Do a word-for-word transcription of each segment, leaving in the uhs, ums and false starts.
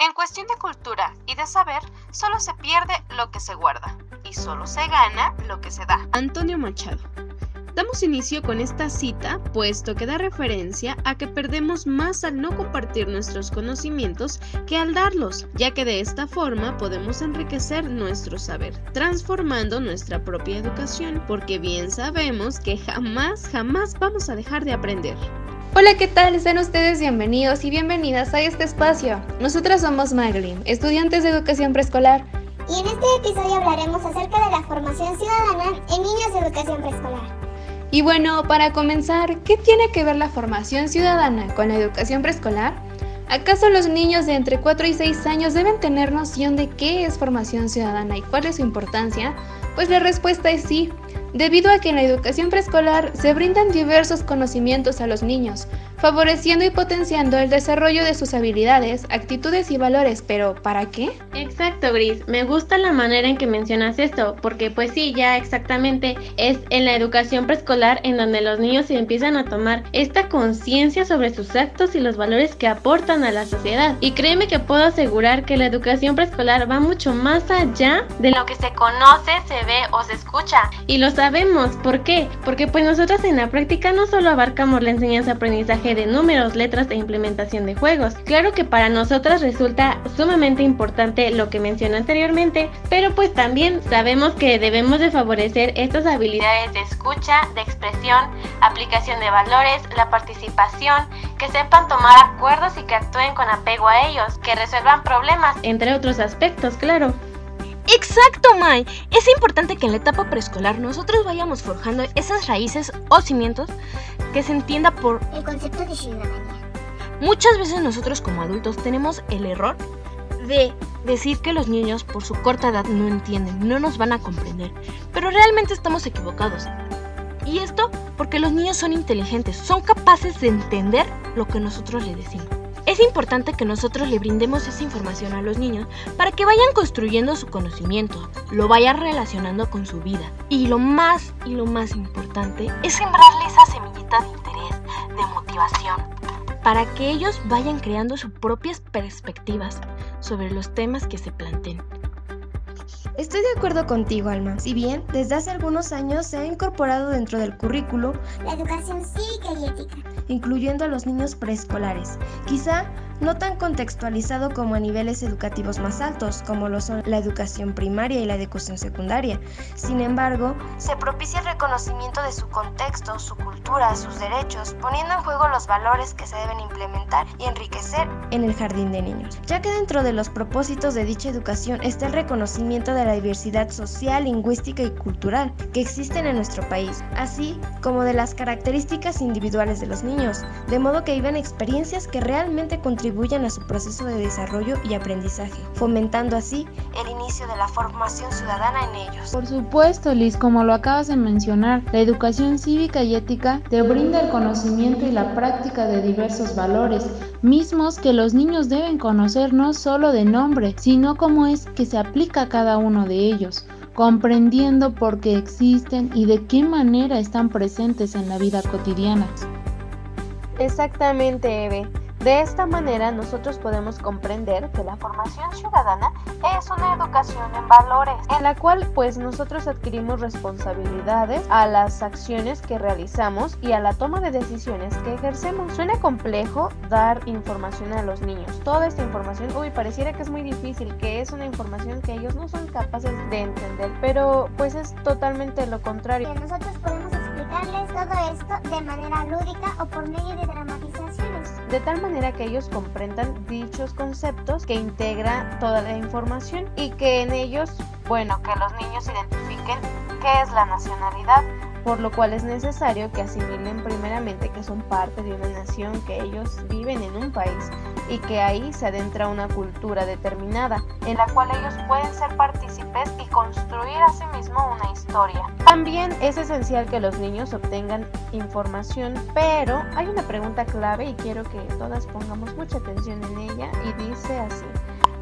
En cuestión de cultura y de saber, solo se pierde lo que se guarda y solo se gana lo que se da. Antonio Machado. Damos inicio con esta cita, puesto que da referencia a que perdemos más al no compartir nuestros conocimientos que al darlos, ya que de esta forma podemos enriquecer nuestro saber, transformando nuestra propia educación, porque bien sabemos que jamás, jamás vamos a dejar de aprender. Hola, ¿qué tal? Sean ustedes bienvenidos y bienvenidas a este espacio. Nosotras somos Maglin, estudiantes de educación preescolar. Y en este episodio hablaremos acerca de la formación ciudadana en niños de educación preescolar. Y bueno, para comenzar, ¿qué tiene que ver la formación ciudadana con la educación preescolar? ¿Acaso los niños de entre cuatro y seis años deben tener noción de qué es formación ciudadana y cuál es su importancia? Pues la respuesta es sí, debido a que en la educación preescolar se brindan diversos conocimientos a los niños, favoreciendo y potenciando el desarrollo de sus habilidades, actitudes y valores, pero ¿para qué? Exacto, Gris, me gusta la manera en que mencionas esto, porque pues sí, ya exactamente es en la educación preescolar en donde los niños se empiezan a tomar esta conciencia sobre sus actos y los valores que aportan a la sociedad. Y créeme que puedo asegurar que la educación preescolar va mucho más allá de lo que se conoce, se ve o se escucha. Y lo sabemos, ¿por qué? Porque pues nosotros en la práctica no solo abarcamos la enseñanza-aprendizaje de números, letras e implementación de juegos. Claro que para nosotras resulta sumamente importante lo que mencioné anteriormente, pero pues también sabemos que debemos de favorecer estas habilidades de escucha, de expresión, aplicación de valores, la participación, que sepan tomar acuerdos y que actúen con apego a ellos, que resuelvan problemas, entre otros aspectos, claro. ¡Exacto, May! Es importante que en la etapa preescolar nosotros vayamos forjando esas raíces o cimientos que se entienda por el concepto de ciudadanía. Muchas veces nosotros como adultos tenemos el error de decir que los niños por su corta edad no entienden, no nos van a comprender, pero realmente estamos equivocados. Y esto porque los niños son inteligentes, son capaces de entender lo que nosotros les decimos. Es importante que nosotros le brindemos esa información a los niños para que vayan construyendo su conocimiento, lo vayan relacionando con su vida. Y lo más y lo más importante es sembrarle esa semillita de interés, de motivación, para que ellos vayan creando sus propias perspectivas sobre los temas que se planteen. Estoy de acuerdo contigo, Alma. Si bien desde hace algunos años se ha incorporado dentro del currículo la educación cívica y ética, incluyendo a los niños preescolares, quizá no tan contextualizado como a niveles educativos más altos, como lo son la educación primaria y la educación secundaria. Sin embargo, se propicia el reconocimiento de su contexto, su cultura, sus derechos, poniendo en juego los valores que se deben implementar y enriquecer en el jardín de niños, ya que dentro de los propósitos de dicha educación está el reconocimiento de la diversidad social, lingüística y cultural que existen en nuestro país, así como de las características individuales de los niños, de modo que vivan experiencias que realmente contribuyen a su proceso de desarrollo y aprendizaje, fomentando así el inicio de la formación ciudadana en ellos. Por supuesto, Liz, como lo acabas de mencionar, la educación cívica y ética te brinda el conocimiento y la práctica de diversos valores, mismos que los niños deben conocer no solo de nombre, sino cómo es que se aplica a cada uno de ellos, comprendiendo por qué existen y de qué manera están presentes en la vida cotidiana. Exactamente, Eve. De esta manera nosotros podemos comprender que la formación ciudadana es una educación en valores, en la cual pues nosotros adquirimos responsabilidades a las acciones que realizamos y a la toma de decisiones que ejercemos. Suena complejo dar información a los niños, toda esta información, uy, pareciera que es muy difícil, que es una información que ellos no son capaces de entender, pero pues es totalmente lo contrario. Nosotros podemos explicarles todo esto de manera lúdica o por medio de dramatizaciones, de tal manera que ellos comprendan dichos conceptos que integra toda la información y que en ellos, bueno, que los niños identifiquen qué es la nacionalidad, por lo cual es necesario que asimilen primeramente que son parte de una nación, que ellos viven en un país y que ahí se adentra una cultura determinada en la cual ellos pueden ser partícipes y construir a sí mismo una historia. También es esencial que los niños obtengan información, pero hay una pregunta clave y quiero que todas pongamos mucha atención en ella y dice así: ¿cómo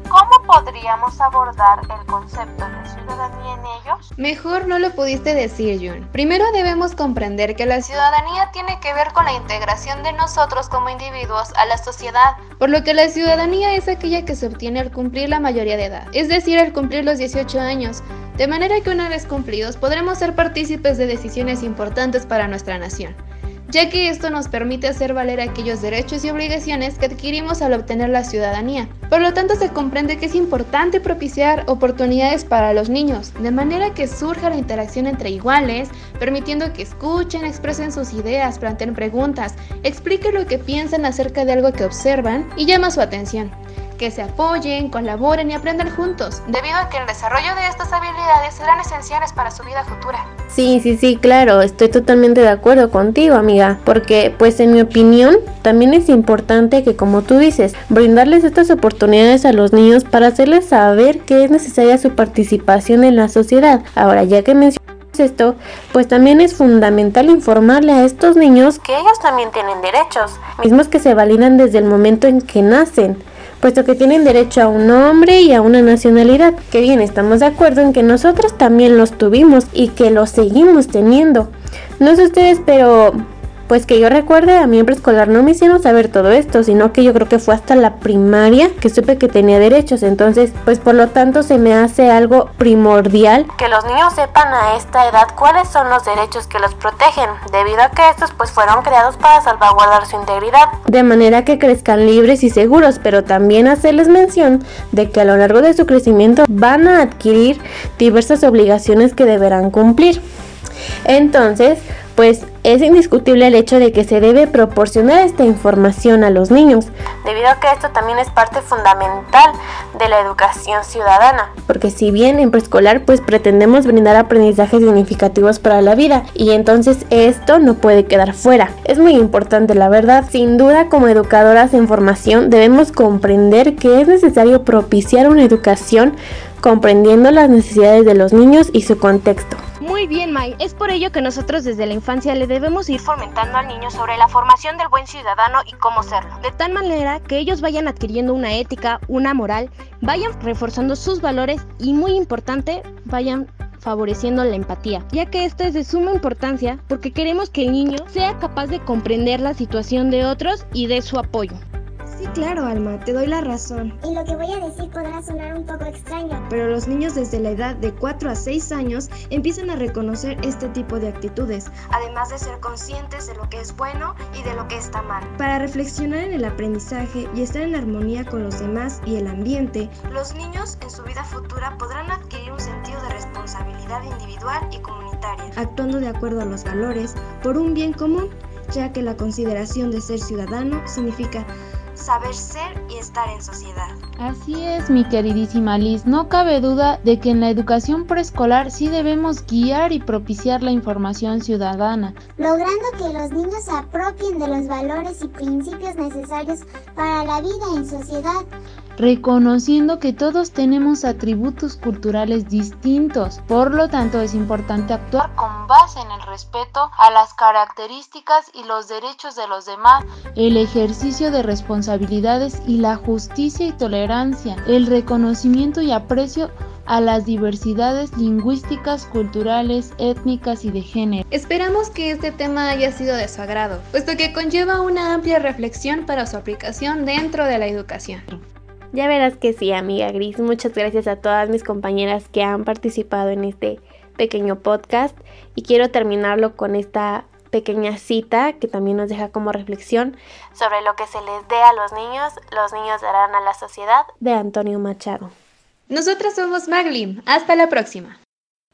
podríamos abordar el concepto de ciudadanía en ellos? Mejor no lo pudiste decir, Jun. Primero debemos comprender que la ciudadanía tiene que ver con la integración de nosotros como individuos a la sociedad, por lo que la ciudadanía es aquella que se obtiene al cumplir la mayoría de edad, es decir, al cumplir los dieciocho años, de manera que una vez cumplidos podremos ser partícipes de decisiones importantes para nuestra nación, ya que esto nos permite hacer valer aquellos derechos y obligaciones que adquirimos al obtener la ciudadanía. Por lo tanto, se comprende que es importante propiciar oportunidades para los niños, de manera que surja la interacción entre iguales, permitiendo que escuchen, expresen sus ideas, planteen preguntas, expliquen lo que piensan acerca de algo que observan y llama su atención. Que se apoyen, colaboren y aprendan juntos, debido a que el desarrollo de estas habilidades serán esenciales para su vida futura. Sí, sí, sí, claro, estoy totalmente de acuerdo contigo, amiga, porque pues en mi opinión también es importante que, como tú dices, brindarles estas oportunidades a los niños para hacerles saber que es necesaria su participación en la sociedad. Ahora, ya que mencionas esto, pues también es fundamental informarle a estos niños que ellos también tienen derechos, mismos que se validan desde el momento en que nacen, puesto que tienen derecho a un nombre y a una nacionalidad, que bien, estamos de acuerdo en que nosotros también los tuvimos y que los seguimos teniendo. No sé ustedes, pero pues que yo recuerde, a mí en preescolar no me hicieron saber todo esto, sino que yo creo que fue hasta la primaria que supe que tenía derechos. Entonces, pues por lo tanto se me hace algo primordial que los niños sepan a esta edad cuáles son los derechos que los protegen, debido a que estos pues fueron creados para salvaguardar su integridad, de manera que crezcan libres y seguros, pero también hacerles mención de que a lo largo de su crecimiento van a adquirir diversas obligaciones que deberán cumplir. Entonces, pues es indiscutible el hecho de que se debe proporcionar esta información a los niños, debido a que esto también es parte fundamental de la educación ciudadana, porque si bien en preescolar pues pretendemos brindar aprendizajes significativos para la vida, y entonces esto no puede quedar fuera. Es muy importante, la verdad. Sin duda, como educadoras en formación debemos comprender que es necesario propiciar una educación comprendiendo las necesidades de los niños y su contexto. Muy bien, May. Es por ello que nosotros desde la infancia le debemos ir fomentando al niño sobre la formación del buen ciudadano y cómo serlo, de tal manera que ellos vayan adquiriendo una ética, una moral, vayan reforzando sus valores y, muy importante, vayan favoreciendo la empatía, ya que esto es de suma importancia porque queremos que el niño sea capaz de comprender la situación de otros y de su apoyo. Sí, claro, Alma, te doy la razón. Y lo que voy a decir podrá sonar un poco extraño, Pero los niños desde la edad de cuatro a seis años empiezan a reconocer este tipo de actitudes, además de ser conscientes de lo que es bueno y de lo que está mal. Para reflexionar en el aprendizaje y estar en armonía con los demás y el ambiente, los niños en su vida futura podrán adquirir un sentido de responsabilidad individual y comunitaria, actuando de acuerdo a los valores por un bien común, ya que la consideración de ser ciudadano significa saber ser y estar en sociedad. Así es, mi queridísima Liz, no cabe duda de que en la educación preescolar sí debemos guiar y propiciar la información ciudadana, logrando que los niños se apropien de los valores y principios necesarios para la vida en sociedad, reconociendo que todos tenemos atributos culturales distintos. Por lo tanto, es importante actuar con base en el respeto a las características y los derechos de los demás, el ejercicio de responsabilidades y la justicia y tolerancia, el reconocimiento y aprecio a las diversidades lingüísticas, culturales, étnicas y de género. Esperamos que este tema haya sido de su agrado, puesto que conlleva una amplia reflexión para su aplicación dentro de la educación. Ya verás que sí, amiga Gris. Muchas gracias a todas mis compañeras que han participado en este pequeño podcast, y quiero terminarlo con esta pequeña cita que también nos deja como reflexión sobre lo que se les dé a los niños, los niños darán a la sociedad, de Antonio Machado. Nosotras somos Maglim. Hasta la próxima.